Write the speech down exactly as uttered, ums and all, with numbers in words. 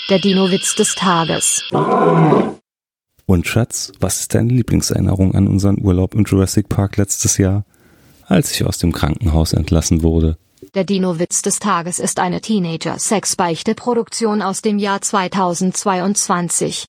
Der Dino-Witz des Tages. Und Schatz, was ist deine Lieblingserinnerung an unseren Urlaub im Jurassic Park letztes Jahr, als ich aus dem Krankenhaus entlassen wurde? Der Dino-Witz des Tages ist eine Teenager-Sex-Beichte-Produktion aus dem Jahr zweitausendzweiundzwanzig.